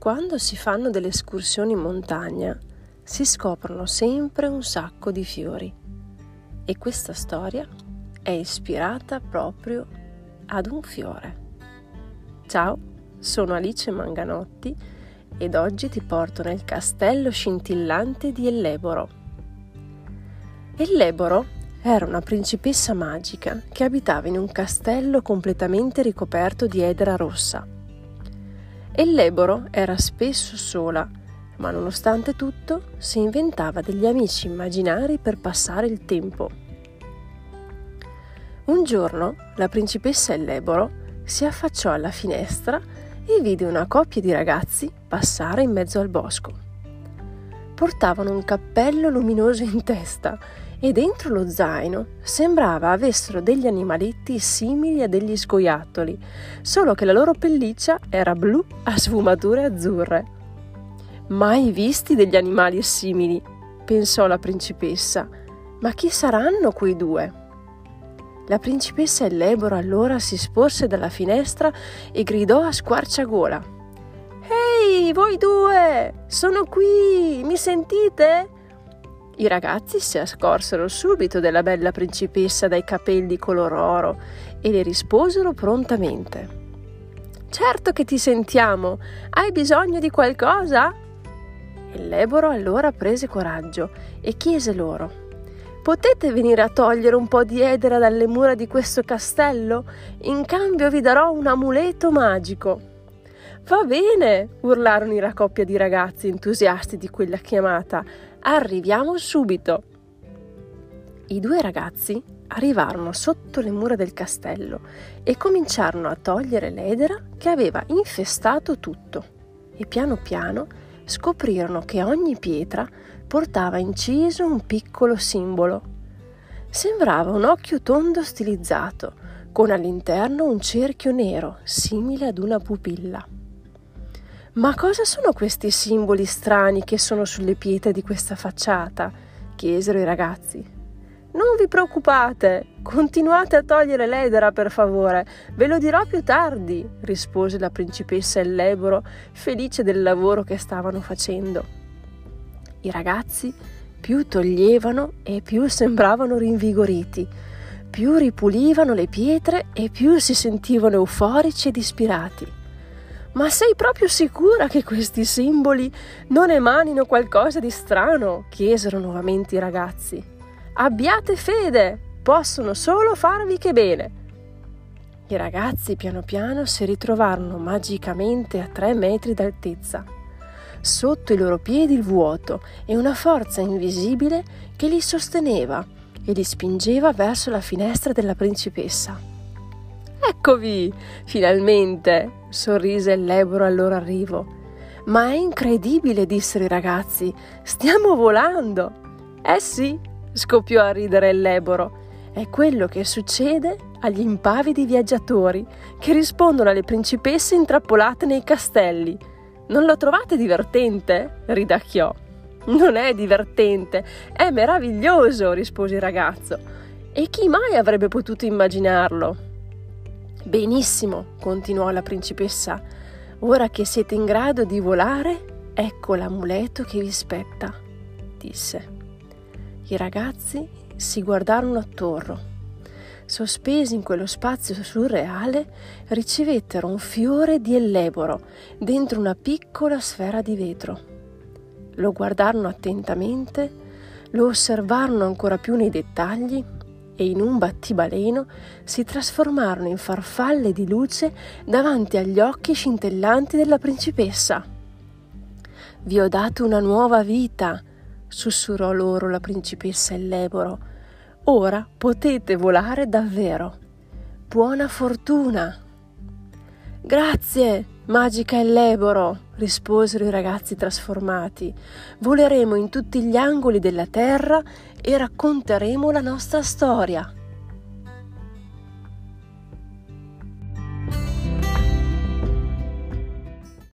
Quando si fanno delle escursioni in montagna, si scoprono sempre un sacco di fiori e questa storia è ispirata proprio ad un fiore. Ciao, sono Alice Manganotti ed oggi ti porto nel castello scintillante di Elleboro. Elleboro era una principessa magica che abitava in un castello completamente ricoperto di edera rossa. Elleboro era spesso sola, ma nonostante tutto si inventava degli amici immaginari per passare il tempo. Un giorno la principessa Elleboro si affacciò alla finestra e vide una coppia di ragazzi passare in mezzo al bosco. Portavano un cappello luminoso in testa e dentro lo zaino sembrava avessero degli animaletti simili a degli scoiattoli, solo che la loro pelliccia era blu a sfumature azzurre. Mai visti degli animali simili, pensò la principessa, ma chi saranno quei due? La principessa Elleboro allora si sporse dalla finestra e gridò a squarciagola: «Ehi, voi due! Sono qui! Mi sentite?» I ragazzi si accorsero subito della bella principessa dai capelli color oro e le risposero prontamente: «Certo che ti sentiamo! Hai bisogno di qualcosa?» Elleboro allora prese coraggio e chiese loro: «Potete venire a togliere un po' di edera dalle mura di questo castello? In cambio vi darò un amuleto magico!» «Va bene!» urlarono la coppia di ragazzi entusiasti di quella chiamata. «Arriviamo subito!» I due ragazzi arrivarono sotto le mura del castello e cominciarono a togliere l'edera che aveva infestato tutto. E piano piano scoprirono che ogni pietra portava inciso un piccolo simbolo. Sembrava un occhio tondo stilizzato, con all'interno un cerchio nero simile ad una pupilla. «Ma cosa sono questi simboli strani che sono sulle pietre di questa facciata?» chiesero i ragazzi. «Non vi preoccupate, continuate a togliere l'edera per favore, ve lo dirò più tardi», rispose la principessa Elleboro, felice del lavoro che stavano facendo. I ragazzi più toglievano e più sembravano rinvigoriti, più ripulivano le pietre e più si sentivano euforici ed ispirati. «Ma sei proprio sicura che questi simboli non emanino qualcosa di strano?» chiesero nuovamente i ragazzi. «Abbiate fede, possono solo farvi che bene!» I ragazzi piano piano si ritrovarono magicamente a 3 metri d'altezza. Sotto i loro piedi il vuoto e una forza invisibile che li sosteneva e li spingeva verso la finestra della principessa. «Eccovi, finalmente!» sorrise Elleboro al loro arrivo. «Ma è incredibile!» dissero i ragazzi. «Stiamo volando!» «Eh sì!» scoppiò a ridere Elleboro. «È quello che succede agli impavidi viaggiatori che rispondono alle principesse intrappolate nei castelli. Non lo trovate divertente?» ridacchiò. «Non è divertente, è meraviglioso!» rispose il ragazzo. «E chi mai avrebbe potuto immaginarlo?» «Benissimo», continuò la principessa, «ora che siete in grado di volare, ecco l'amuleto che vi spetta», disse. I ragazzi si guardarono attorno. Sospesi in quello spazio surreale, ricevettero un fiore di Elleboro dentro una piccola sfera di vetro. Lo guardarono attentamente, lo osservarono ancora più nei dettagli e in un battibaleno si trasformarono in farfalle di luce davanti agli occhi scintillanti della principessa. «Vi ho dato una nuova vita», sussurrò loro la principessa Elleboro. «Ora potete volare davvero. Buona fortuna!» «Grazie, magica Elleboro», risposero i ragazzi trasformati. «Voleremo in tutti gli angoli della terra e racconteremo la nostra storia».